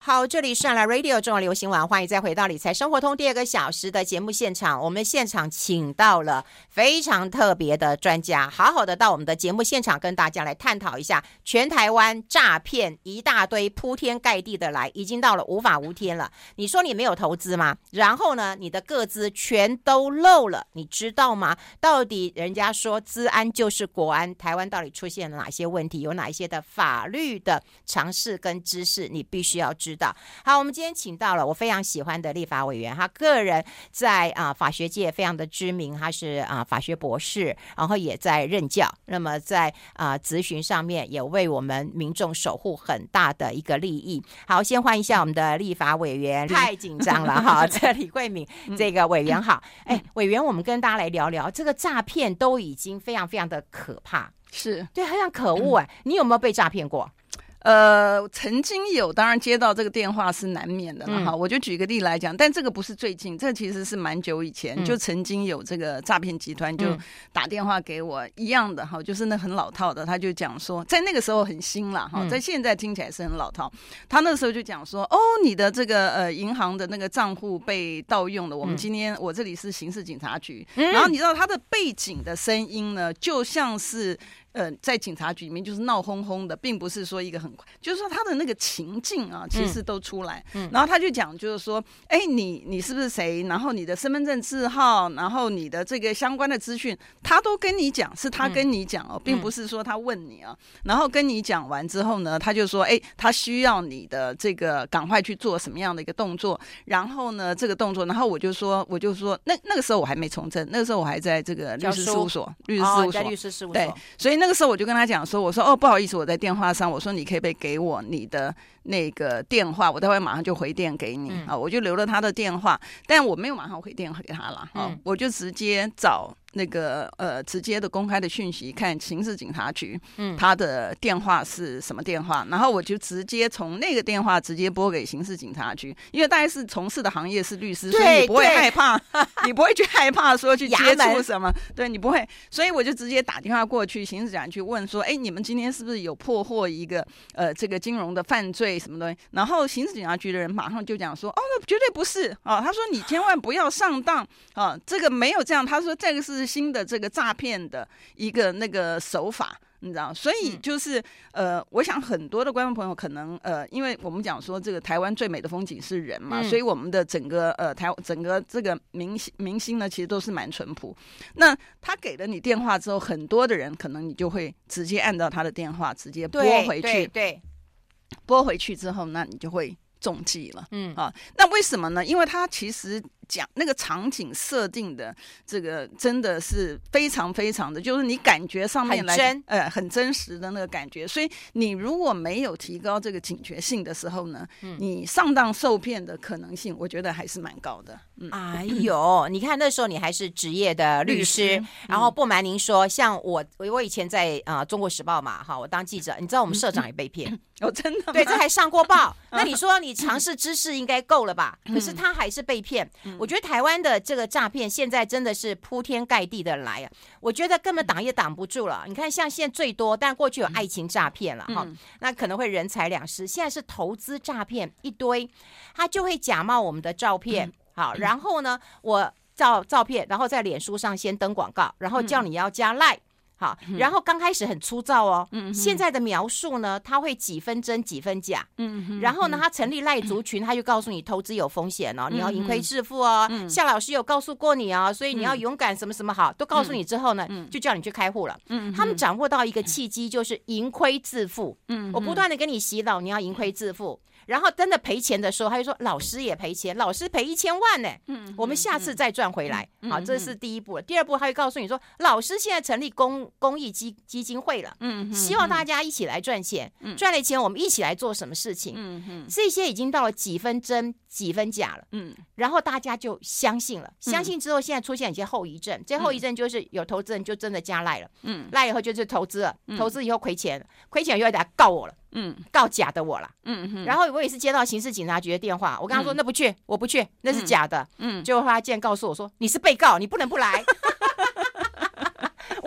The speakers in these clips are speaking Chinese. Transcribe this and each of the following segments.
好，这里是上来 Radio 中文流行网，欢迎再回到理财生活通第2个小时的节目现场。我们现场请到了非常特别的专家，好好的到我们的节目现场跟大家来探讨一下全台湾诈骗一大堆铺天盖地的来，已经到了无法无天了。你说你没有投资吗？然后呢，你的个资全都漏了，你知道吗？到底人家说资安就是国安，台湾到底出现了哪些问题？有哪一些的法律的常识跟知识你必须要知道。好，我们今天请到了我非常喜欢的立法委员，他个人在法学界非常的知名，他是法学博士，然后也在任教，那么在咨询上面也为我们民众守护很大的一个利益。好，先欢迎一下我们的立法委员，太紧张了哈，这李桂敏这个委员好，委员，我们跟大家来聊聊这个诈骗都已经非常非常的可怕， 是对，很可恶你有没有被诈骗过？ 曾经有，当然接到这个电话是难免的了哈。我就举个例来讲，但这个不是最近，这其实是蛮久以前，就曾经有这个诈骗集团就打电话给我，一样的哈，就是那很老套的，他就讲说，在那个时候很新啦哈，在现在听起来是很老套。他那个时候就讲说，你的这个银行的那个账户被盗用了，我们今天我这里是刑事警察局，然后你知道他的背景的声音呢，就像是。在警察局里面就是闹哄哄的，并不是说一个很快，就是说他的那个情境啊，其实都出来。然后他就讲，就是说，你是不是谁？然后你的身份证字号，然后你的这个相关的资讯，他都跟你讲，是他跟你讲哦，并不是说他问你啊。然后跟你讲完之后呢，他就说，他需要你的这个赶快去做什么样的一个动作。然后呢，这个动作，然后我就说，那个时候我还没从政，那个时候我还在这个律师事务所， 在律师事务所， 对，所以那个时候我就跟他讲说，我说不好意思，我在电话上，我说你可以不可以给我你的那个电话，我待会马上就回电给你我就留了他的电话，但我没有马上回电给他了我就直接找那个直接的公开的讯息，看刑事警察局他的电话是什么电话，然后我就直接从那个电话直接拨给刑事警察局，因为大概是从事的行业是律师，所以你不会害怕你不会去害怕说去接触什么，对，你不会，所以我就直接打电话过去刑事警察局问说，你们今天是不是有破获一个这个金融的犯罪什么东西，然后刑事警察局的人马上就讲说，那绝对不是他说你千万不要上当这个没有这样，他说这个是新的这个诈骗的一个那个手法，你知道，所以就是我想很多的观众朋友可能因为我们讲说这个台湾最美的风景是人嘛，所以我们的整个整个这个明星呢，其实都是蛮淳朴。那他给了你电话之后，很多的人可能你就会直接按照他的电话直接拨回去， 对， 拨回去之后，那你就会中计了。那为什么呢？因为他其实讲那个场景设定的这个真的是非常非常的，就是你感觉上面来很真实的那个感觉，所以你如果没有提高这个警觉性的时候呢，你上当受骗的可能性，我觉得还是蛮高的。 哎呦，你看那时候你还是职业的律师，然后不瞒您说，像我以前在中国时报嘛，我当记者，你知道我们社长也被骗。 真的吗？ 对，这还上过报。那你说你常识知识应该够了吧？可是他还是被骗。我觉得台湾的这个诈骗现在真的是铺天盖地的来我觉得根本挡也挡不住了。你看像现在最多，但过去有爱情诈骗了那可能会人财两失。现在是投资诈骗一堆，他就会假冒我们的照片好，然后呢我照片，然后在脸书上先登广告，然后叫你要加 LINE好，然后刚开始很粗糙现在的描述呢，他会几分真几分假然后呢，他成立赖族群，他就告诉你投资有风险你要盈亏自负夏老师有告诉过你所以你要勇敢什么什么好，都告诉你之后呢，就叫你去开户了他们掌握到一个契机，就是盈亏自负我不断的跟你洗脑，你要盈亏自负，然后真的赔钱的时候，他就说老师也赔钱，老师赔1000万呢我们下次再赚回来好，这是第一步。第二步他会告诉你说，老师现在成立公益基金会了希望大家一起来赚钱赚了钱我们一起来做什么事情这些已经到了几分真几分假了然后大家就相信了相信之后，现在出现一些后遗症这些后遗症就是有投资人就真的加赖了赖以后就是投资了投资以后亏钱又要来告我了告假的我了然后我也是接到刑事警察局的电话，我跟他说那不去我不去，那是假的结果他竟然告诉我说你是被告，你不能不来我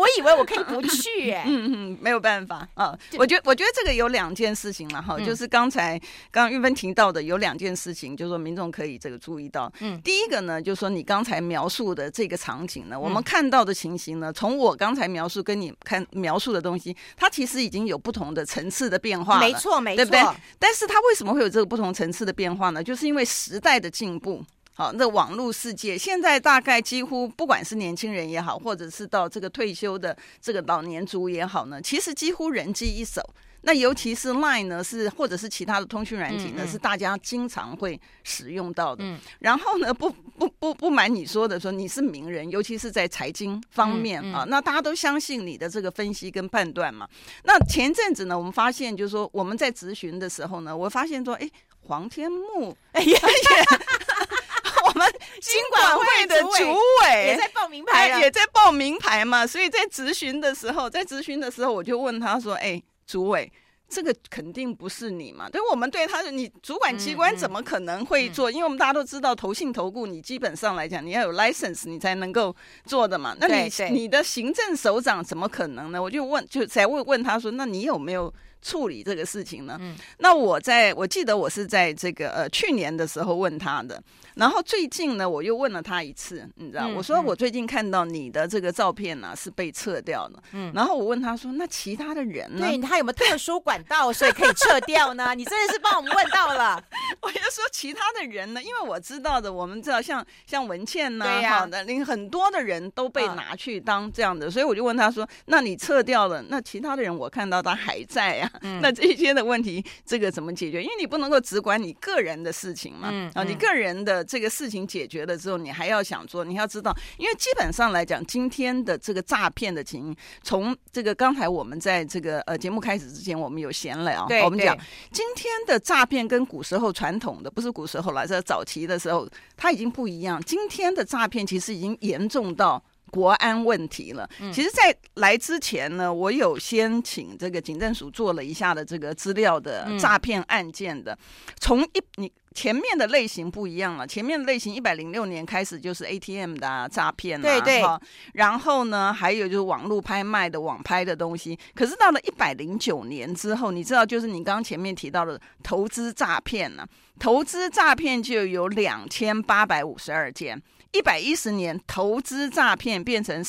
以为我可以不去没有办法啊。我觉得这个有2件事情了哈，就是刚刚玉芬提到的有2件事情，就是说民众可以这个注意到。第一个呢，就是说你刚才描述的这个场景呢，我们看到的情形呢，从我刚才描述跟你描述的东西，它其实已经有不同的层次的变化了， 没错， 对不对？但是它为什么会有这个不同层次的变化呢？就是因为时代的进步。好，那网络世界现在大概几乎不管是年轻人也好，或者是到这个退休的这个老年族也好呢，其实几乎人机一手。那尤其是 Line 呢，或者是其他的通讯软体呢，是大家经常会使用到的。然后呢，不瞒你说的，说你是名人，尤其是在财经方面啊，那大家都相信你的这个分析跟判断嘛。那前阵子呢，我们发现就是说我们在质询的时候呢，我发现说，黄天牧我们金管会的主委也在报名牌了， 也在报名牌嘛，所以在质询的时候，我就问他说：“主委，这个肯定不是你嘛？对，我们对他，你主管机关怎么可能会做？因为我们大家都知道，投信投顾，你基本上来讲，你要有 license 你才能够做的嘛。那你的行政首长怎么可能呢？我就才问他说，那你有没有处理这个事情呢？那我记得我是在这个去年的时候问他的。”然后最近呢，我又问了他一次，你知道，我说我最近看到你的这个照片呢是被撤掉了。然后我问他说，那其他的人呢？ 对，他有没有特殊管道，所以可以撤掉呢？你真的是帮我们问到了。 我就说其他的人呢，因为我知道的，我们知道像文茜呢， 好的，很多的人都被拿去当这样的，所以我就问他说，那你撤掉了，那其他的人我看到他还在啊，那这些的问题这个怎么解决？因为你不能够只管你个人的事情嘛，你个人的这个事情解决了之后，你还要想做，你要知道，因为基本上来讲，今天的这个诈骗的情形，从这个刚才我们在这个节目开始之前，我们有闲聊，我们讲今天的诈骗跟古时候传统的，不是古时候了，在早期的时候，它已经不一样。今天的诈骗其实已经严重到国安问题了。其实在来之前呢，我有先请这个警政署做了一下的这个资料的诈骗案件的，从你前面的类型不一样了，前面的类型106年开始就是 ATM 的诈骗啦， 对， 然后呢还有就是网络拍卖的网拍的东西，可是到了109年之后，你知道就是你刚刚前面提到的投资诈骗呢，投资诈骗就有2852件。110年投资诈骗变成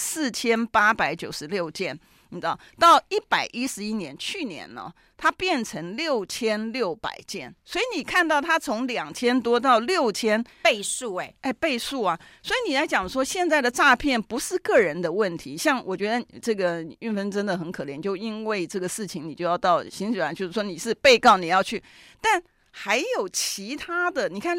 4896件，你知道，到111年去年呢，它变成6600件，所以你看到它从2000多到6000 倍数， 倍数啊！所以你来讲说，现在的诈骗不是个人的问题，像我觉得这个运芬真的很可怜，就因为这个事情，你就要到刑事局，就是说你是被告，你要去，但还有其他的，你看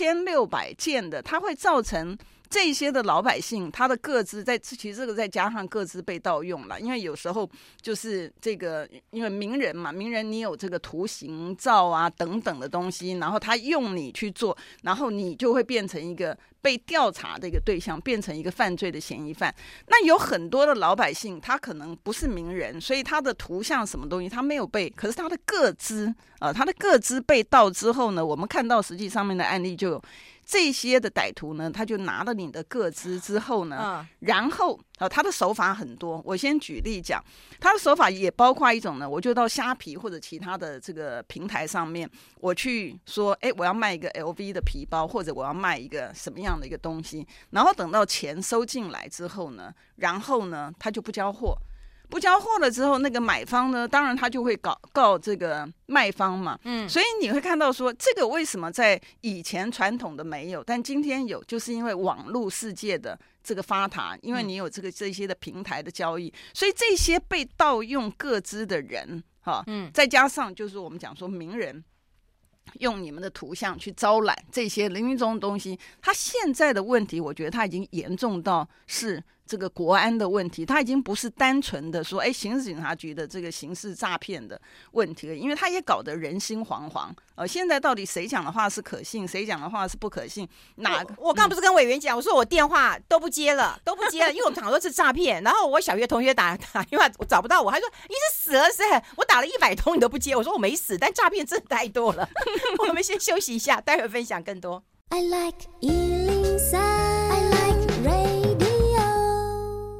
6600件的，它会造成这些的老百姓，他的个资其实这个再加上个资被盗用了，因为有时候就是这个，因为名人嘛，名人你有这个图形照啊等等的东西，然后他用你去做，然后你就会变成一个被调查的一个对象，变成一个犯罪的嫌疑犯。那有很多的老百姓，他可能不是名人，所以他的图像什么东西他没有被，可是他的个资他的个资被盗之后呢，我们看到实际上面的案例就有。这些的歹徒呢，他就拿了你的个资之后呢，然后他的手法很多。我先举例讲，他的手法也包括一种呢，我就到虾皮或者其他的这个平台上面，我去说，我要卖一个 LV 的皮包，或者我要卖一个什么样的一个东西，然后等到钱收进来之后呢，然后呢，他就不交货。不交货了之后，那个买方呢，当然他就会告这个卖方嘛。所以你会看到说，这个为什么在以前传统的没有，但今天有，就是因为网络世界的这个发达，因为你有这些的平台的交易，所以这些被盗用个资的人，再加上就是我们讲说名人。用你们的图像去招揽这些林林总总东西，他现在的问题，我觉得他已经严重到是这个国安的问题，他已经不是单纯的说，刑事警察局的这个刑事诈骗的问题了，因为他也搞得人心惶惶。现在到底谁讲的话是可信，谁讲的话是不可信？ 我刚不是跟委员讲，我说我电话都不接了，因为我常说是诈骗。然后我小学同学打电话，我找不到我，还说你是死了是？我打了100通你都不接，我说我没死，但诈骗真的太多了。我们先休息一下，待会分享更多。I like 103。好，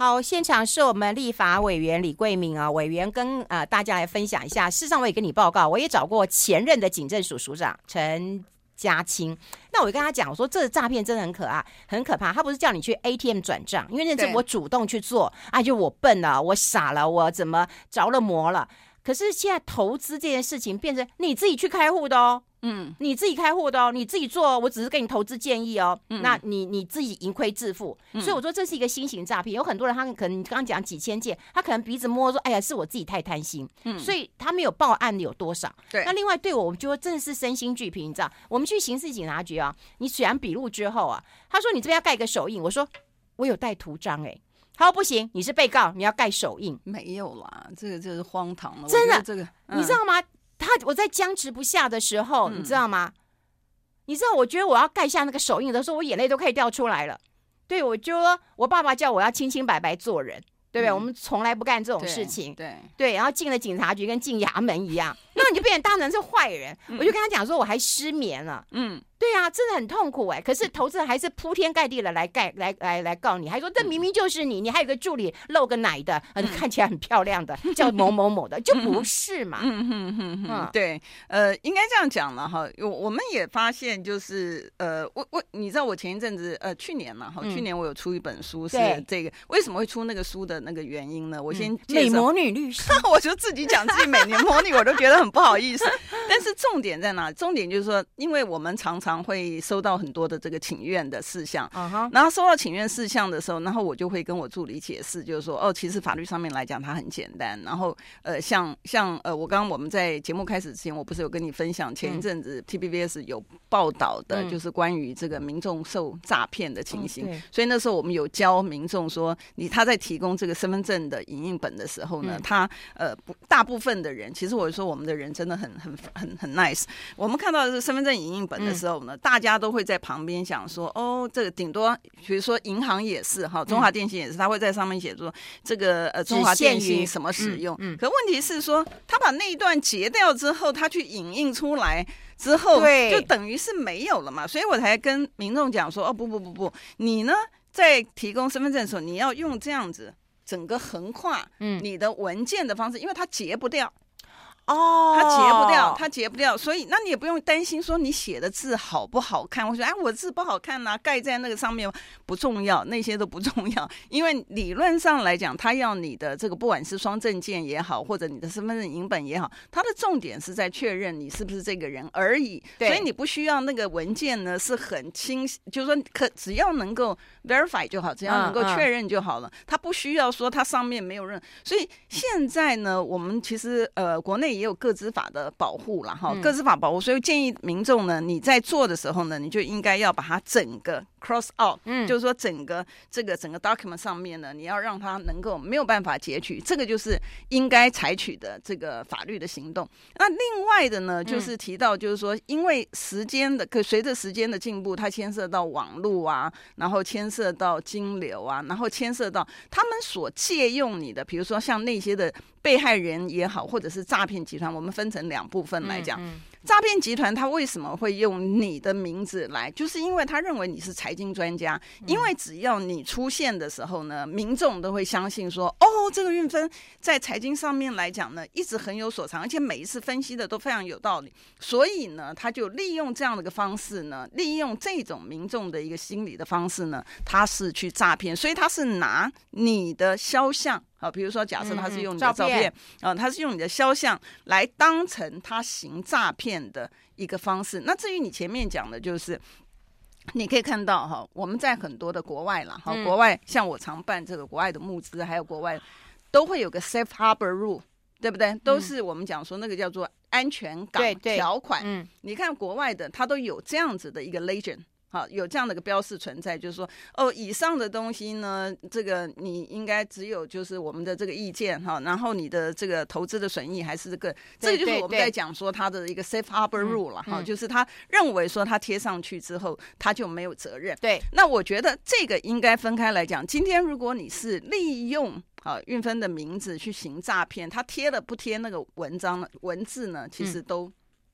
好，现场是我们立法委员李桂敏啊，委员跟大家来分享一下。事实上，我也跟你报告，我也找过前任的警政署署长陈家清。那我跟他讲，我说这个诈骗真的很可怕。他不是叫你去 ATM 转账，因为那是我主动去做啊，就我笨了，我傻了，我怎么着了魔了？可是现在投资这件事情变成你自己去开户的哦。你自己开户的哦，你自己做，我只是给你投资建议哦。那你自己盈亏自负，所以我说这是一个新型诈骗。有很多人他可能刚刚讲几千件，他可能鼻子摸说，哎呀，是我自己太贪心，所以他没有报案有多少。 对， 那另外对我们就真的是身心俱疲，你知道，我们去刑事警察局啊，你写完笔录之后啊，他说你这边要盖个手印，我说我有带图章他说不行，你是被告，你要盖手印。 没有啦，这个就是荒唐了， 真的， 这个你知道吗？我在僵持不下的时候，你知道吗？你知道，我觉得我要盖下那个手印的时候，我眼泪都可以掉出来了。对，我就说我爸爸叫我要清清白白做人，对不对？我们从来不干这种事情。对，然后进了警察局跟进衙门一样，那你就变成当成是坏人。我就跟他讲说，我还失眠了。对啊，真的很痛苦可是投资人还是铺天盖地的来告你，还说这明明就是你还有个助理露个奶的，看起来很漂亮的，叫某某某的，就不是嘛。 对，应该这样讲了哈。我们也发现就是你知道我前一阵子去年嘛哈，去年我有出一本书是这个，为什么会出那个书的那个原因呢？我先美魔女律师， 我就自己讲自己美魔女，我都觉得很不好意思。但是重点在哪？重点就是说，因为我们常常会收到很多的这个请愿的事项，然后收到请愿事项的时候，然后我就会跟我助理解释，就是说其实法律上面来讲它很简单。然后像我刚刚我们在节目开始之前，我不是有跟你分享前一阵子 TVBS 有报道的，就是关于这个民众受诈骗的情形。所以那时候我们有教民众说，他在提供这个身份证的影印本的时候呢，他大部分的人，其实我说我们的人真的很 nice。我们看到的是身份证影印本的时候呢，大家都会在旁边想说，这个顶多比如说银行也是哈，中华电信也是，他会在上面写说这个中华电信什么使用。可问题是说，他把那一段截掉之后，他去影印出来之后，就等于是没有了嘛。所以我才跟民众讲说，不，你呢在提供身份证的时候，你要用这样子整个横跨你的文件的方式，因为它截不掉。它截不掉，所以那你也不用担心说你写的字好不好看。我说我字不好看啊，盖在那个上面不重要，那些都不重要，因为理论上来讲，他要你的这个不管是双证件也好，或者你的身份证影本也好，它的重点是在确认你是不是这个人而已。所以你不需要那个文件呢是很清晰，就是说只要能够 verify 就好，只要能够确认就好了。它不需要说它上面没有任何。所以现在呢，我们其实国内也有个资法的保护啦哈，个资法保护，所以建议民众呢，你在做的时候呢，你就应该要把它整个 cross out，就是说整个 document 上面呢，你要让它能够没有办法截取，这个就是应该采取的这个法律的行动。那另外的呢，就是提到就是说，因为随着时间的进步，它牵涉到网络啊，然后牵涉到金流啊，然后牵涉到他们所借用你的，比如说像那些的被害人也好，或者是诈骗集团，我们分成两部分来讲。诈骗集团他为什么会用你的名字来，就是因为他认为你是财经专家，因为只要你出现的时候呢，民众都会相信说，这个运分在财经上面来讲呢，一直很有所长，而且每一次分析的都非常有道理，所以呢，他就利用这样的一个方式呢，利用这种民众的一个心理的方式呢，他是去诈骗，所以他是拿你的肖像。比如说假设他是用你的照片，他是用你的肖像来当成他行诈骗的一个方式。那至于你前面讲的，就是你可以看到我们在很多的国外啦，国外像我常办这个国外的募资，还有国外都会有个 safe harbor rule， 对不对？都是我们讲说那个叫做安全港条款。你看国外的，它都有这样子的一个 legend。有这样的一个标示存在，就是说以上的东西呢，这个你应该只有就是我们的这个意见然后你的这个投资的损益还是这个就是我们在讲说他的一个 safe harbor rule 了就是他认为说他贴上去之后他就没有责任。对，那我觉得这个应该分开来讲。今天如果你是利用运分的名字去行诈骗，他贴了不贴那个文字呢，其实都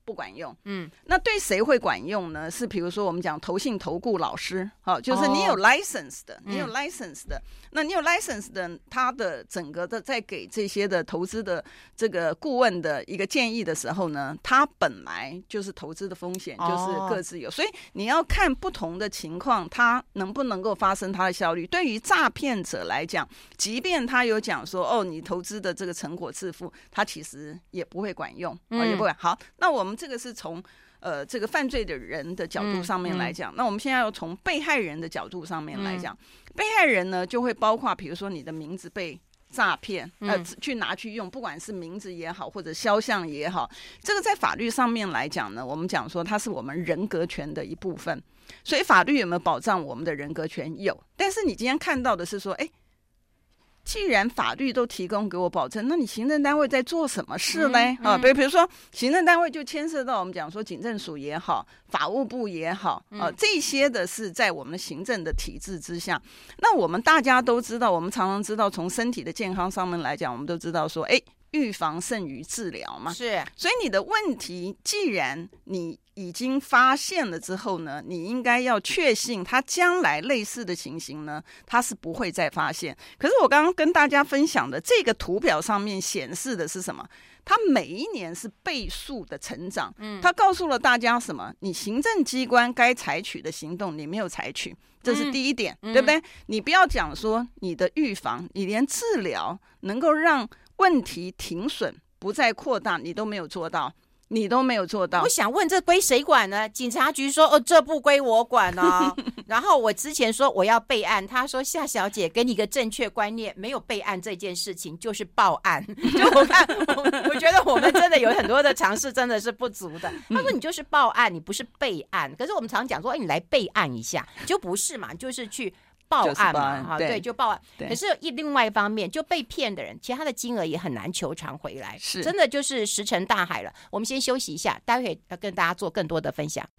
不管用。那对谁会管用呢？是比如说我们讲投信投顾老师，就是你有 license 的，你有 license 的，那你有 license 的，他的整个的在给这些的投资的这个顾问的一个建议的时候呢，他本来就是投资的风险就是各自有，所以你要看不同的情况，他能不能够发生它的效率。对于诈骗者来讲，即便他有讲说你投资的这个成果自负，他其实也不会管用，也不会。好，那我们这个是从这个犯罪的人的角度上面来讲，那我们现在要从被害人的角度上面来讲，被害人呢就会包括比如说你的名字被诈骗，去拿去用，不管是名字也好，或者肖像也好，这个在法律上面来讲呢，我们讲说它是我们人格权的一部分。所以法律有没有保障我们的人格权？有。但是你今天看到的是说，既然法律都提供给我保证，那你行政单位在做什么事呢？比如说行政单位就牵涉到我们讲说警政署也好，法务部也好，这些的是在我们的行政的体制之下。那我们大家都知道，我们常常知道，从身体的健康上面来讲，我们都知道说，预防胜于治疗嘛。 是。 所以你的问题，既然你已经发现了之后呢，你应该要确信它将来类似的情形呢，它是不会再发现。可是我刚刚跟大家分享的这个图表上面显示的是什么？它每一年是倍数的成长。它告诉了大家什么？你行政机关该采取的行动你没有采取，这是第一点，对不对？你不要讲说你的预防，你连治疗能够让问题停损不再扩大，你都没有做到。我想问，这归谁管呢？警察局说这不归我管哦。然后我之前说我要备案，他说夏小姐给你一个正确观念，没有备案这件事情就是报案。就我觉得我们真的有很多的尝试真的是不足的。他说你就是报案，你不是备案。可是我们常讲说你来备案一下，就不是嘛，就是去报案嘛，对，就报案。可是另外一方面，就被骗的人，其实他的金额也很难求偿回来， 是真的就是石沉大海了。我们先休息一下，待会要跟大家做更多的分享。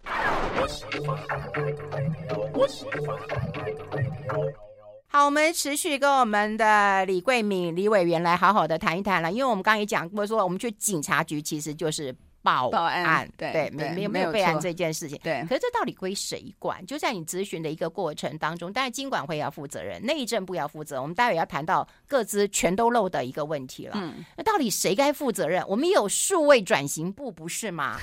好，我们持续跟我们的李桂敏李委员来好好的谈一谈了，因为我们刚刚也讲过说，我们去警察局其实就是报案，对，没有备案这件事情。 对， 可是这到底归谁管？就在你咨询的一个过程当中，当然金管会要负责任，内政部要负责。我们待会要谈到各资全都漏的一个问题了。那到底谁该负责任？我们也有数位转型部，不是吗？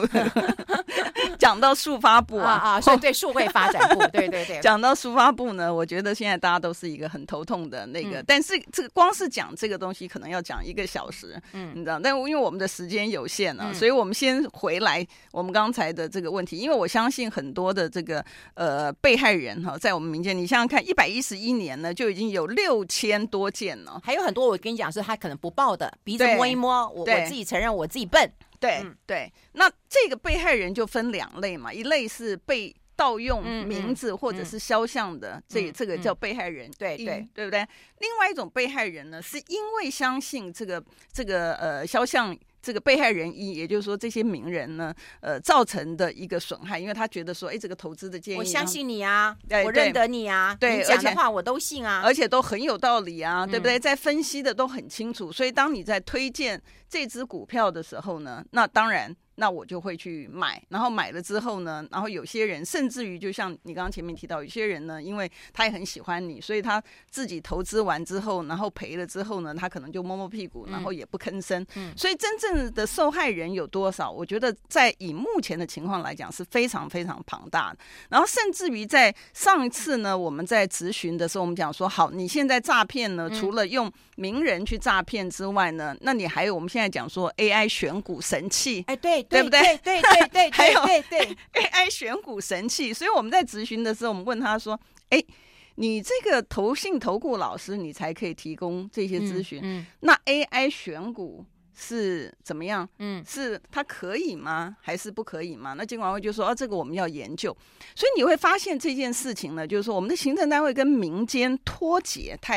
讲到数发部所以对数位发展部，对。 讲到数发部呢，我觉得现在大家都是一个很头痛的那个，但是这个光是讲这个东西，可能要讲1个小时，你知道？但因为我们的时间有限啊，所以我们先回来我们刚才的这个问题，因为我相信很多的这个被害人在我们民间，你想想看，111年呢就已经有6000多件了， 还有很多我跟你讲是他可能不报的，鼻子摸一摸，我自己承认我自己笨。 对，那这个被害人就分2类嘛，一类是被盗用名字或者是肖像的，这个叫被害人，对不对？另外一种被害人呢，是因为相信这个肖像这个被害人一，也就是说这些名人呢，造成的一个损害，因为他觉得说，这个投资的建议， 我相信你啊，我认得你啊， 对， 你讲的话我都信啊， 而且都很有道理啊，对不对？在分析的都很清楚，所以当你在推荐这支股票的时候呢，那当然。那我就会去买，然后买了之后呢，然后有些人甚至于就像你刚刚前面提到，有些人呢，因为他也很喜欢你，所以他自己投资完之后，然后赔了之后呢，他可能就摸摸屁股，然后也不吭声。所以真正的受害人有多少？我觉得在以目前的情况来讲是非常非常庞大的。然后甚至于在上一次呢，我们在咨询的时候，我们讲说，好，你现在诈骗呢，除了用名人去诈骗之外呢，那你还有我们现在讲说 AI 选股神器，对不对？ 对， 还有 AI 选股神器。所以我们在咨询的时候，我们问他说：“你这个投信投顾老师，你才可以提供这些咨询。那 AI 选股是怎么样？是它可以吗？还是不可以吗？”那金管会就说：“这个我们要研究。”所以你会发现这件事情呢，就是说我们的行政单位跟民间脱节太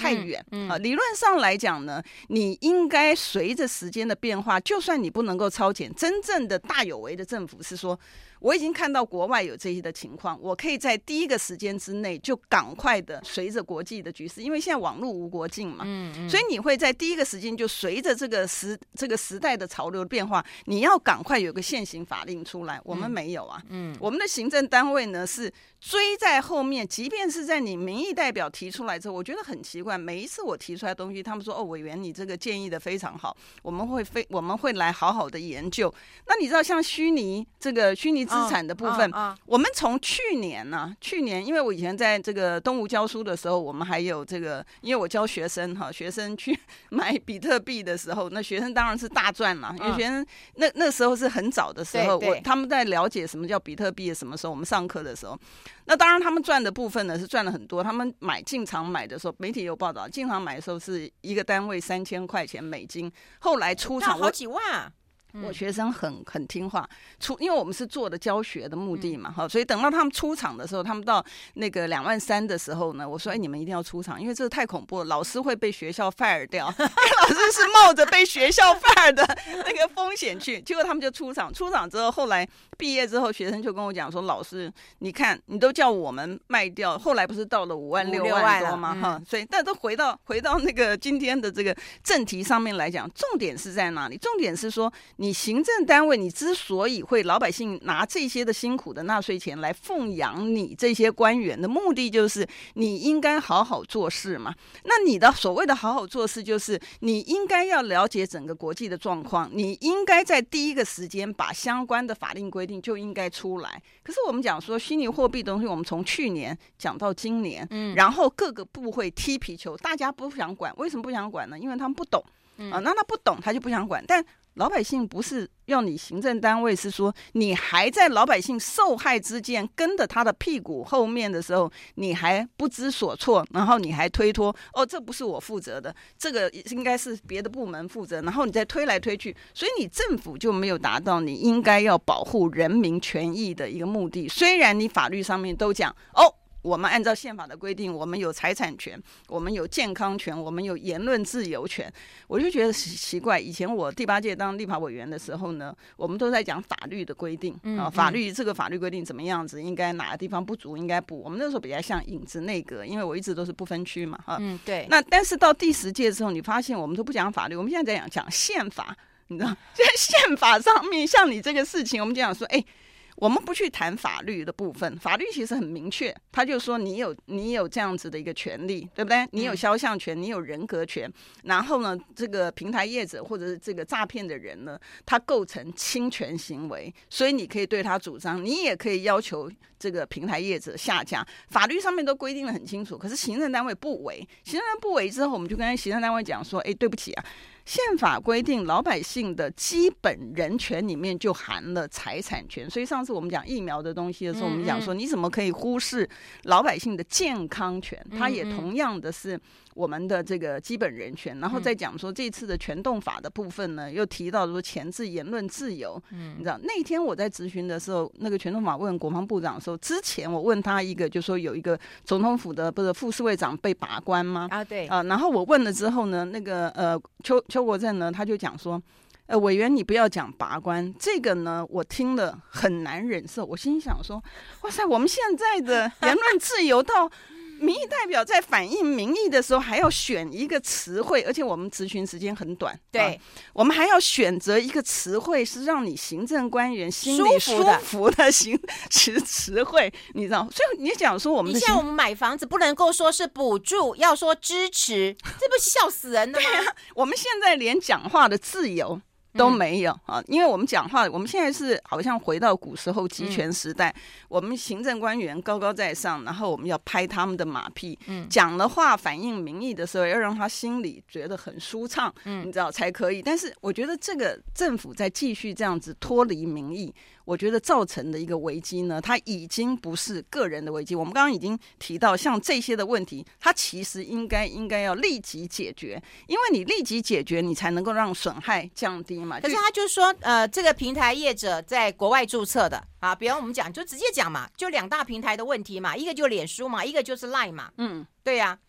太远理论上来讲呢，你应该随着时间的变化，就算你不能够超前，真正的大有为的政府是说，我已经看到国外有这些的情况，我可以在第一个时间之内就赶快的随着国际的局势，因为现在网络无国境嘛，所以你会在第一个时间就随着这个时代的潮流变化，你要赶快有个现行法令出来。我们没有啊，我们的行政单位呢是追在后面，即便是在你民意代表提出来之后，我觉得很奇怪，每一次我提出来的东西，他们说委员你这个建议的非常好，我们会来好好的研究。那你知道像虚拟资产的部分，我们从去年因为我以前在这个东吴教书的时候，我们还有这个，因为我教学生去买比特币的时候，那学生当然是大赚嘛，因为学生那时候是很早的时候，他们在了解什么叫比特币的什么时候，我们上课的时候，那当然他们赚的部分呢是赚了很多，他们进场买的时候，媒体有报道，进场买的时候是一个单位3000块钱美金，后来出场好几万啊。 我学生很听话，因为我们是做的教学的目的嘛，所以等到他们出场的时候，他们到那个23000的时候呢，我说你们一定要出场，因为这个太恐怖了，老师会被学校 fire 掉，因为老师是冒着被学校 fire 的那个风险去，结果他们就出场之后，后来毕业之后，学生就跟我讲说，老师你看你都叫我们卖掉，后来不是到了5万6万多吗？所以但都回到那个今天的这个正题上面来讲，重点是在哪里？重点是说，你行政单位，你之所以会老百姓拿这些的辛苦的纳税钱来奉养你这些官员的目的，就是你应该好好做事嘛。那你的所谓的好好做事，就是你应该要了解整个国际的状况，你应该在第一个时间把相关的法令规定就应该出来。可是我们讲说虚拟货币的东西，我们从去年讲到今年，然后各个部会踢皮球，大家不想管，为什么不想管呢？因为他们不懂那他不懂，他就不想管。但老百姓不是要你行政单位，是说你还在老百姓受害之间跟着他的屁股后面的时候，你还不知所措，然后你还推脱这不是我负责的，这个应该是别的部门负责，然后你再推来推去，所以你政府就没有达到你应该要保护人民权益的一个目的。虽然你法律上面都讲我们按照宪法的规定，我们有财产权，我们有健康权，我们有言论自由权。我就觉得奇怪，以前我第8届当立法委员的时候呢，我们都在讲法律的规定这个法律规定怎么样子，应该哪个地方不足应该补。我们那时候比较像影子内阁，因为我一直都是不分区嘛对。 那但是到第10届之后，你发现我们都不讲法律，我们现在在讲宪法，你知道，在宪法上面，像你这个事情，我们就讲说，我们不去谈法律的部分，法律其实很明确，他就说你有这样子的一个权利，对不对？你有肖像权，你有人格权，然后呢，这个平台业者或者是这个诈骗的人呢，他构成侵权行为，所以你可以对他主张，你也可以要求这个平台业者下架，法律上面都规定得很清楚。可是行政单位不为，行政单位不为之后，我们就跟行政单位讲说，对不起啊，宪法规定老百姓的基本人权里面就含了财产权，所以上次我们讲疫苗的东西的时候，我们讲说你怎么可以忽视老百姓的健康权，它也同样的是我们的这个基本人权。然后再讲说这次的全动法的部分呢，又提到说钳制言论自由。你知道那天我在质询的时候，那个全动法问国防部长的时候，之前我问他一个，就说有一个总统府的副侍卫长被拔官吗？ 对然后我问了之后呢，那个邱国正呢，他就讲说，委员你不要讲拔官，这个呢我听了很难忍受。我心想说，哇塞，我们现在的言论自由到民意代表在反映民意的时候还要选一个词汇，而且我们质询时间很短， 对， 我们还要选择一个词汇是让你行政官员心里舒服的词汇，你知道？所以你讲说我们以前我们买房子不能够说是补助，要说支持，这不是笑死人了吗？ 对啊，我们现在连讲话的自由都没有因为我们讲话，我们现在是好像回到古时候集权时代，我们行政官员高高在上，然后我们要拍他们的马屁，讲了话反映民意的时候，要让他心里觉得很舒畅，你知道才可以。但是我觉得这个政府在继续这样子脱离民意，我觉得造成的一个危机呢，它已经不是个人的危机。我们刚刚已经提到，像这些的问题，它其实应该要立即解决，因为你立即解决，你才能够让损害降低。 可是他就说这个平台业者在国外注册的比方我们讲就直接讲嘛，就2大平台的问题嘛，一个就脸书嘛，一个就是 LINE 嘛，对呀。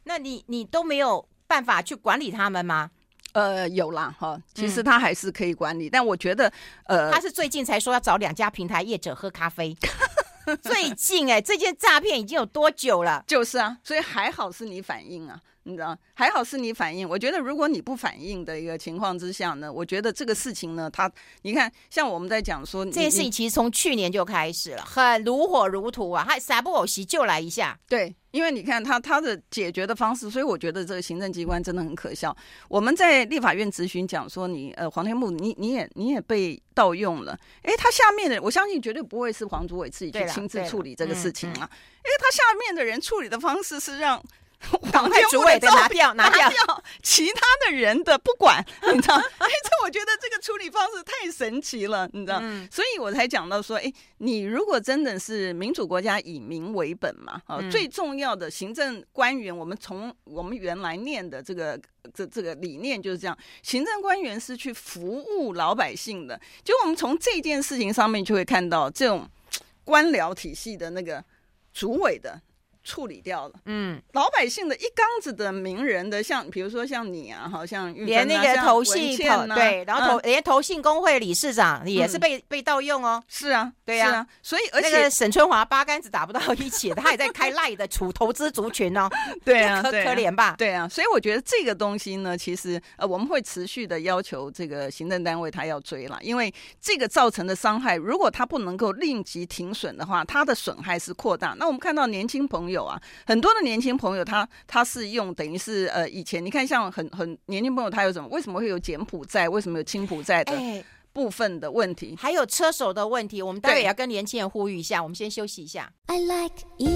那你都没有办法去管理他们吗？ 有啦哈，其实他还是可以管理，但我觉得他是最近才说要找2家平台业者喝咖啡。最近这件诈骗已经有多久了？ 就是啊，所以还好是你反应啊，你知道，还好是你反应。我觉得如果你不反应的一个情况之下呢，我觉得这个事情呢，你看，像我们在讲说这件事情，其实从去年就开始了，很如火如荼啊，还傻不偶袭就来一下。 对，因为你看他的解决的方式，所以我觉得这个行政机关真的很可笑。我们在立法院质询讲说黄天木你也被盗用了，他下面的我相信绝对不会是黄主委自己去亲自处理这个事情啊，因为他下面的人处理的方式是让黄天主委的拿掉其他的人的不管，你知道？这我觉得这个处理方式太神奇了，你知道？所以我才讲到说，你如果真的是民主国家以民为本嘛，最重要的行政官员，我们从我们原来念的这个理念就是这样，行政官员是去服务老百姓的。就我们从这件事情上面就会看到，这种官僚体系的那个主委的处理掉了，老百姓的一缸子的名人的，像比如说像你啊，好像连那个投信对，然后连投信工会理事长也是被盗用哦。 是啊， 对啊， 所以而且那个沈春华八竿子打不到一起，他也在开赖的投资族群哦。 对啊， 可怜吧？ 对啊，所以我觉得这个东西呢，其实我们会持续的要求这个行政单位他要追了，因为这个造成的伤害，如果他不能够立即停损的话，他的损害是扩大。那我们看到年轻朋友啊，很多的年轻朋友他是用等于是以前你看像很年轻朋友他有什么？为什么会有柬埔寨？为什么有柬埔寨的部分的问题？ 还有车手的问题，我们待会也要跟年轻人呼吁一下。我们先休息一下。I like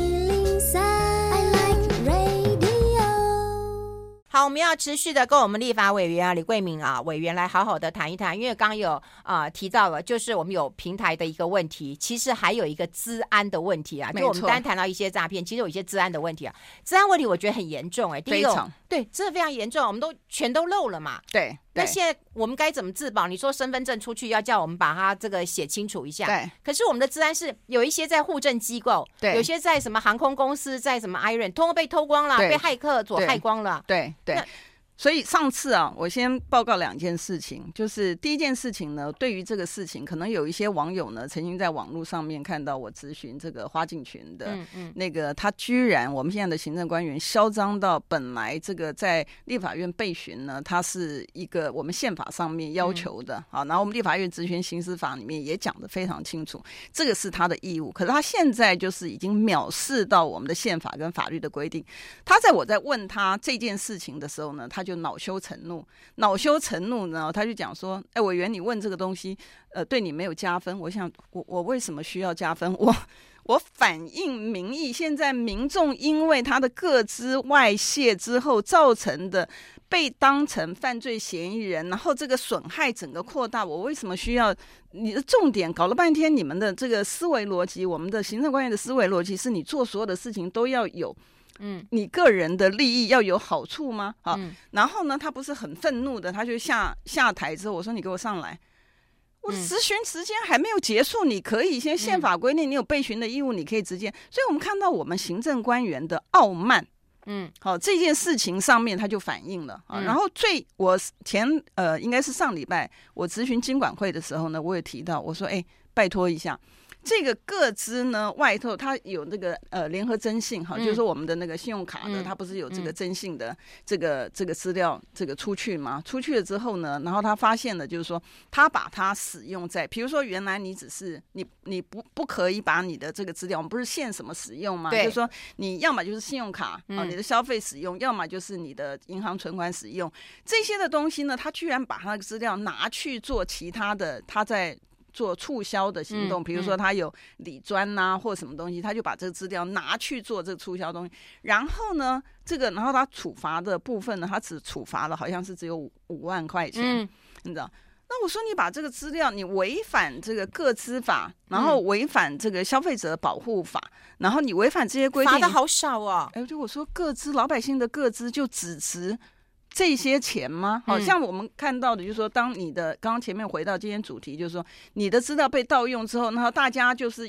103, I like radio。好，我们要持续的跟我们立法委员李桂敏委员来好好的谈一谈，因为刚刚有提到了，就是我们有平台的一个问题，其实还有一个资安的问题啊。就我们单谈到一些诈骗，其实有一些资安的问题啊。资安问题我觉得很严重第一个，对，真的非常严重，我们都全都漏了嘛。 对。 那现在我们该怎么自保？你说身份证出去要叫我们把它这个写清楚一下， 对。 可是我们的资安是有一些在户政机构，对，有些在什么航空公司，在什么 Iron， 通通被偷光了，被骇客所害光了。 对。所以上次我先报告2件事情，就是第一件事情呢，对于这个事情，可能有一些网友呢，曾经在网络上面看到我咨询这个花敬群的那个，他居然我们现在的行政官员嚣张到本来这个在立法院备询呢，他是一个我们宪法上面要求的，然后我们立法院质询刑事法里面也讲得非常清楚，这个是他的义务。可是他现在就是已经藐视到我们的宪法跟法律的规定。我在问他这件事情的时候呢，他就恼羞成怒呢，他就讲说，委员你问这个东西对你没有加分。我想我为什么需要加分？我反映民意，现在民众因为他的个资外泄之后造成的被当成犯罪嫌疑人，然后这个损害整个扩大，我为什么需要？你的重点搞了半天，你们的这个思维逻辑，我们的行政官员的思维逻辑是你做所有的事情都要有你个人的利益要有好处吗？然后呢，他不是很愤怒的，他就下台之后，我说你给我上来，我质询时间还没有结束，你可以先宪法规定你有备询的义务，你可以直接。所以我们看到我们行政官员的傲慢，这件事情上面他就反映了然后我应该是上礼拜我质询金管会的时候呢，我也提到，我说拜托一下。这个个资呢，外头它有那个联合征信就是说我们的那个信用卡的，它不是有这个征信的这个资料这个出去吗？出去了之后呢，然后他发现了，就是说他把它使用在，比如说原来你只是你不可以把你的这个资料，我们不是限什么使用吗？就是说你要么就是信用卡你的消费使用，要么就是你的银行存款使用，这些的东西呢，他居然把他的资料拿去做其他的，他在做促销的行动，比如说他有理专或什么东西，他就把这个资料拿去做这个促销东西。然后呢，然后他处罚的部分呢，他只处罚了好像是只有5万块钱，你知道？那我说你把这个资料，你违反这个个资法，然后违反这个消费者保护法，然后你违反这些规定， 罚的好少哦。 就我说个资，老百姓的个资就只值这些钱吗？好像我们看到的就是说，当你的刚刚前面回到今天主题，就是说你的资料被盗用之后，然后大家就是用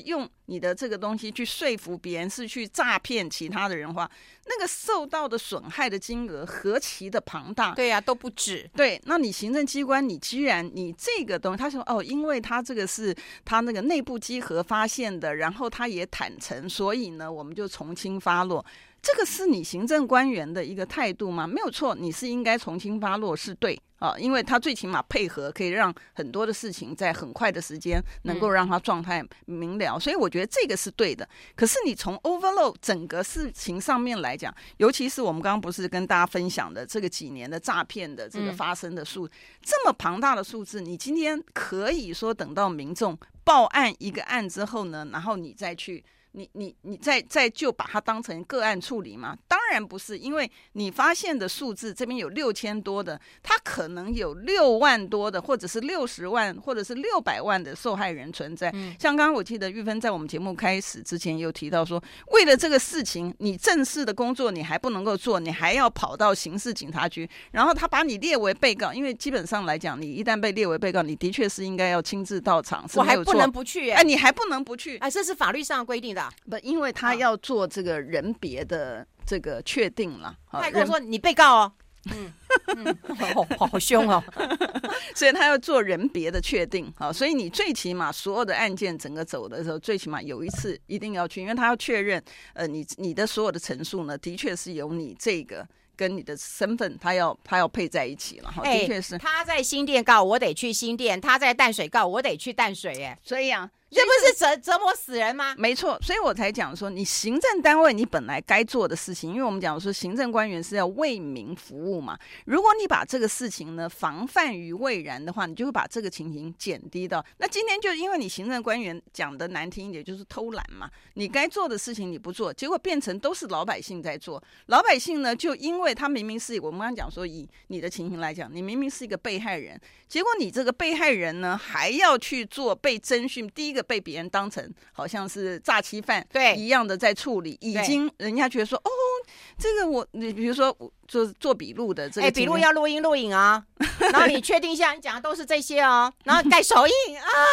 你的这个东西去说服别人，是去诈骗其他的人的话，那个受到的损害的金额何其的庞大。 对啊，都不止。 对，那你行政机关，你既然你这个东西，他说因为他这个是他那个内部稽核发现的，然后他也坦诚，所以呢，我们就从轻发落。这个是你行政官员的一个态度吗？没有错，你是应该从轻发落，是对啊，因为他最起码配合，可以让很多的事情在很快的时间能够让他状态明了，所以我觉得这个是对的。可是你从 overload 整个事情上面来讲，尤其是我们刚刚不是跟大家分享的这个几年的诈骗的这个发生的数，这么庞大的数字，你今天可以说等到民众报案一个案之后呢，然后你再去。你再就把它当成个案处理吗？当然不是，因为你发现的数字这边有6000多的，它可能有6万多的，或者是60万，或者是600万的受害人存在。像刚刚我记得玉芬在我们节目开始之前有提到说，为了这个事情，你正式的工作你还不能够做，你还要跑到刑事警察局，然后他把你列为被告，因为基本上来讲，你一旦被列为被告，你的确是应该要亲自到场，是没有错。 我还不能不去你还不能不去这是法律上规定的。 不，因为他要做这个人别的这个确定了。 他还跟我说你被告哦，好凶哦， 所以他要做人别的确定。所以你最起码所有的案件整个走的时候，最起码有一次一定要去，因为他要确认你的所有的陈述呢，的确是由你这个跟你的身份他要配在一起了。的确是他在新店告我得去新店，他在淡水告我得去淡水。 所以这不是折磨死人吗？ 没错，所以我才讲说，你行政单位你本来该做的事情，因为我们讲说行政官员是要为民服务嘛。如果你把这个事情呢防范于未然的话，你就会把这个情形减低到。那今天就因为你行政官员讲的难听一点，就是偷懒嘛，你该做的事情你不做，结果变成都是老百姓在做。老百姓呢，就因为他明明是我们刚刚讲说，以你的情形来讲，你明明是一个被害人，结果你这个被害人呢还要去做被侦讯，第一个被别人当成好像是诈欺犯一样的在处理，已经人家觉得说这个你比如说就是做笔录的这个笔录要录影啊，然后你确定一下你讲的都是这些哦，然后盖手印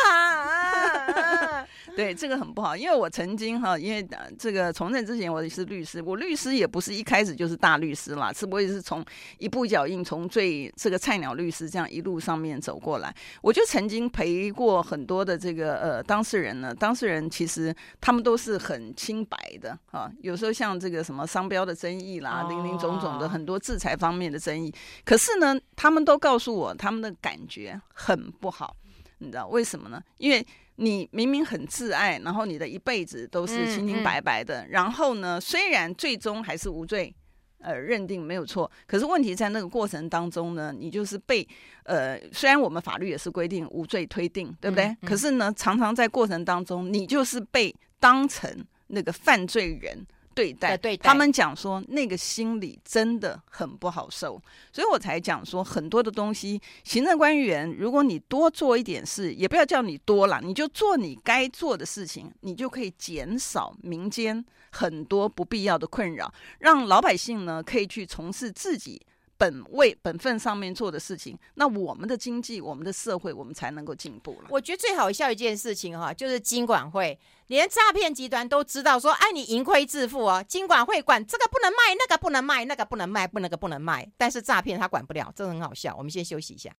对，这个很不好，因为我曾经因为这个从政之前我是律师，我律师也不是一开始就是大律师啦，只不过也是从一步一脚印，从这个菜鸟律师这样一路上面走过来。我就曾经陪过很多的这个当事人呢，当事人其实他们都是很清白的有时候像这个什么商标的争议啦，林林总总的很多制裁方面的争议，可是呢他们都告诉我他们的感觉很不好。你知道为什么呢？因为你明明很自爱，然后你的一辈子都是清清白白的，然后呢虽然最终还是无罪认定没有错，可是问题在那个过程当中呢，你就是被虽然我们法律也是规定无罪推定，对不对？可是呢常常在过程当中你就是被当成那个犯罪人对待，他们讲说那个心里真的很不好受，所以我才讲说很多的东西，行政官员如果你多做一点事，也不要叫你多啦，你就做你该做的事情，你就可以减少民间很多不必要的困扰，让老百姓呢可以去从事自己本分上面做的事情，那我们的经济我们的社会我们才能够进步了。 我觉得最好笑一件事情就是金管会连诈骗集团都知道说你盈亏自负金管会管这个不能卖，那个不能卖，那个不能卖，那个不能卖，但是诈骗他管不了，这很好笑。我们先休息一下。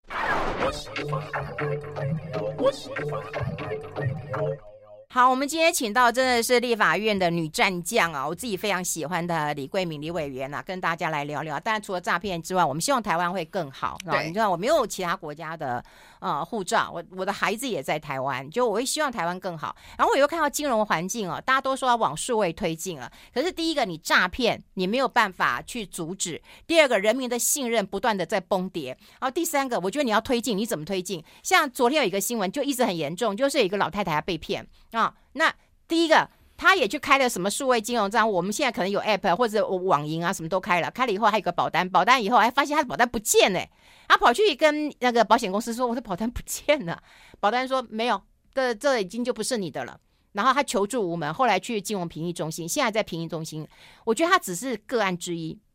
好，我们今天请到真的是立法院的女战将我自己非常喜欢的李桂敏李委员跟大家来聊聊。当然除了诈骗之外，我们希望台湾会更好。你知道我没有其他国家的护照，我的孩子也在台湾，就我会希望台湾更好。然后我又看到金融环境大家都说要往数位推进了，可是第一个你诈骗你没有办法去阻止，第二个人民的信任不断的在崩跌，然后第三个我觉得你要推进，你怎么推进？像昨天有一个新闻就一直很严重，就是有一个老太太被骗那第一个他也去开了什么数位金融账户，我们现在可能有 app 或者网银什么都开了以后还有个保单以后还发现他的保单不见了，他跑去跟那个保险公司说我的保单不见了，保单说没有，这已经就不是你的了，然后他求助无门，后来去金融评议中心，现在在评议中心。我觉得他只是个案之一，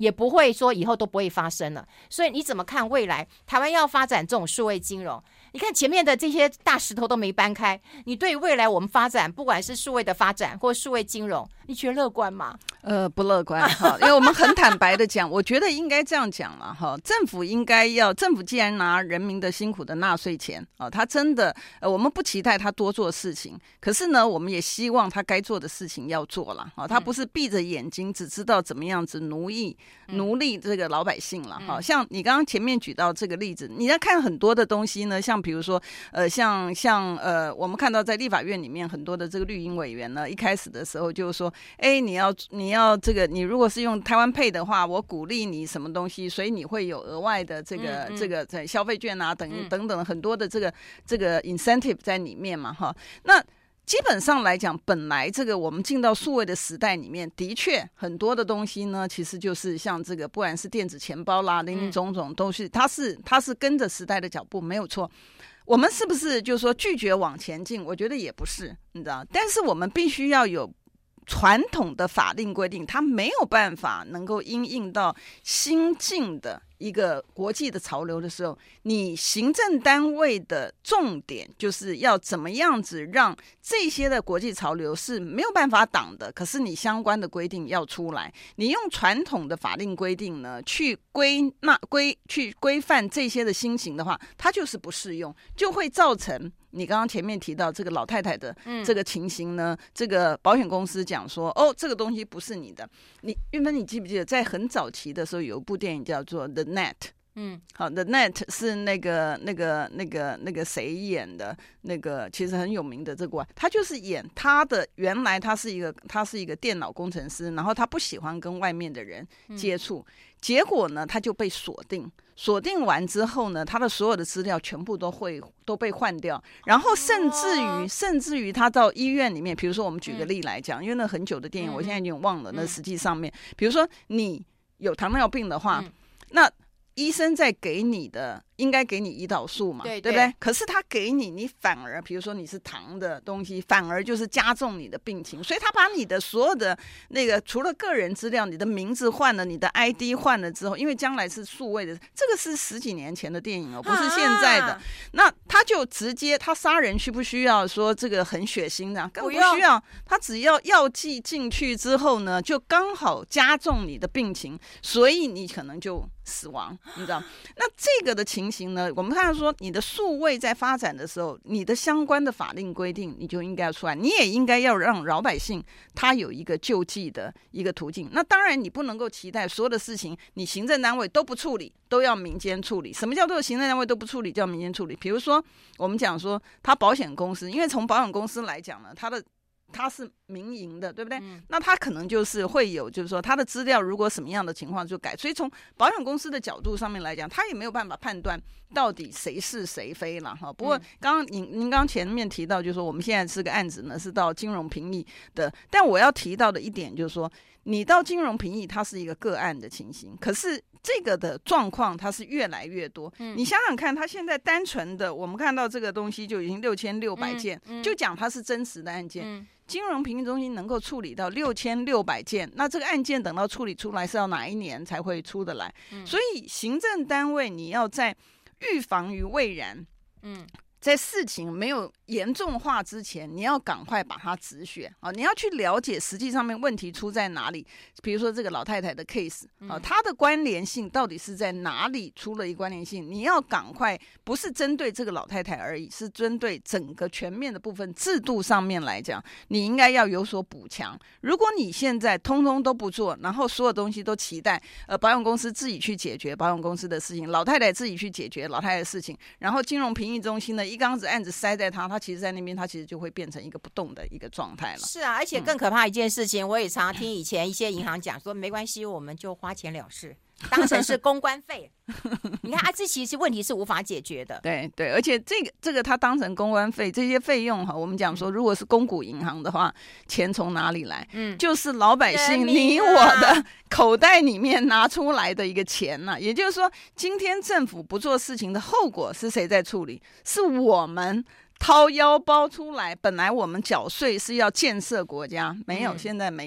也不会说以后都不会发生了。所以你怎么看未来台湾要发展这种数位金融？你看前面的这些大石头都没搬开，你对未来我们发展，不管是数位的发展或数位金融，你觉得乐观吗？ 不乐观哈，因为我们很坦白的讲，我觉得应该这样讲了哈，政府既然拿人民的辛苦的纳税钱啊，他真的我们不期待他多做事情，可是呢，我们也希望他该做的事情要做了啊，他不是闭着眼睛只知道怎么样子奴役这个老百姓了哈。像你刚刚前面举到这个例子，你在看很多的东西呢，像比如说像我们看到在立法院里面很多的这个绿营委员呢，一开始的时候就是说，你要这个，你如果是用台湾Pay的话，我鼓励你什么东西，所以你会有额外的这个在消费券啊等等很多的这个 incentive 在里面嘛哈。那基本上来讲，本来这个我们进到数位的时代里面，的确很多的东西呢，其实就是像这个，不管是电子钱包啦，林林总总都是，它是跟着时代的脚步，没有错。我们是不是就是说拒绝往前进？我觉得也不是，你知道，但是我们必须要有传统的法令规定，它没有办法能够因应到新进的一个国际的潮流的时候，你行政单位的重点就是要怎么样子让这些的国际潮流是没有办法挡的，可是你相关的规定要出来，你用传统的法令规定呢去规范这些的新型的话，它就是不适用，就会造成你刚刚前面提到这个老太太的这个情形呢，这个保险公司讲说，这个东西不是你的。玉芬，你记不记得在很早期的时候有一部电影叫做 The Net？ 好 ，The Net 是那个谁演的？那个其实很有名的这个，他就是演他的原来他是一个电脑工程师，然后他不喜欢跟外面的人接触，结果呢他就被锁定完之后呢，他的所有的资料全部都被换掉，然后甚至于他到医院里面，比如说我们举个例来讲，因为那很久的电影，我现在已经忘了那实际上面，比如说你有糖尿病的话，那医生在给你的应该给你胰岛素嘛，对不对？可是他给你反而比如说你是糖的东西，反而就是加重你的病情，所以他把你的所有的那个除了个人资料，你的名字换了，你的 ID 换了之后，因为将来是数位的，这个是10几年前的电影不是现在的，那他就直接他杀人需不需要说这个很血腥的？更不需要，他只要药剂进去之后呢，就刚好加重你的病情，所以你可能就死亡，你知道？那这个的情形呢，我们看到说，你的数位在发展的时候，你的相关的法令规定，你就应该要出来，你也应该要让老百姓他有一个救济的一个途径。那当然，你不能够期待所有的事情，你行政单位都不处理，都要民间处理。什么叫做行政单位都不处理，叫民间处理？比如说，我们讲说，他保险公司，因为从保险公司来讲呢，它是民营的，对不对？那它可能就是会有，就是说它的资料如果什么样的情况就改，所以从保险公司的角度上面来讲，它也没有办法判断到底谁是谁非了哈。不过您刚前面提到，就是说我们现在这个案子呢是到金融评议的，但我要提到的一点就是说，你到金融评议它是一个个案的情形，可是这个的状况它是越来越多。你想想看，它现在单纯的我们看到这个东西就已经6600件，就讲它是真实的案件。金融评议中心能够处理到6600件，那这个案件等到处理出来是要哪一年才会出得来？所以行政单位你要在预防于未然，在事情没有严重化之前，你要赶快把它止血啊！你要去了解实际上面问题出在哪里。比如说这个老太太的 case 啊，它的关联性到底是在哪里出了一关联性？你要赶快，不是针对这个老太太而已，是针对整个全面的部分制度上面来讲，你应该要有所补强。如果你现在通通都不做，然后所有东西都期待保险公司自己去解决保险公司的事情，老太太自己去解决老太太的事情，然后金融评议中心呢一缸子案子塞在他其实在那边，他其实就会变成一个不动的一个状态了。 是啊，而且更可怕一件事情，我也常常听以前一些银行讲说，没关系，我们就花钱了事，当成是公关费。你看这其实问题是无法解决的。 对对，而且这个他当成公关费，这些费用我们讲说，如果是公股银行的话，钱从哪里来？就是老百姓你我的口袋里面拿出来的一个钱呢。也就是说，今天政府不做事情的后果是谁在处理？是我们掏腰包出来。本来我们缴税是要建设国家，没有，现在没有。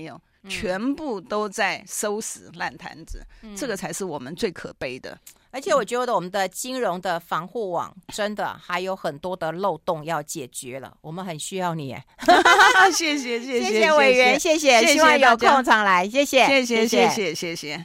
全部都在收拾烂摊子，这个才是我们最可悲的。 而且我觉得我们的金融的防护网真的还有很多的漏洞要解决了，我们很需要你。 谢谢委员，谢谢，希望有空常来，谢谢。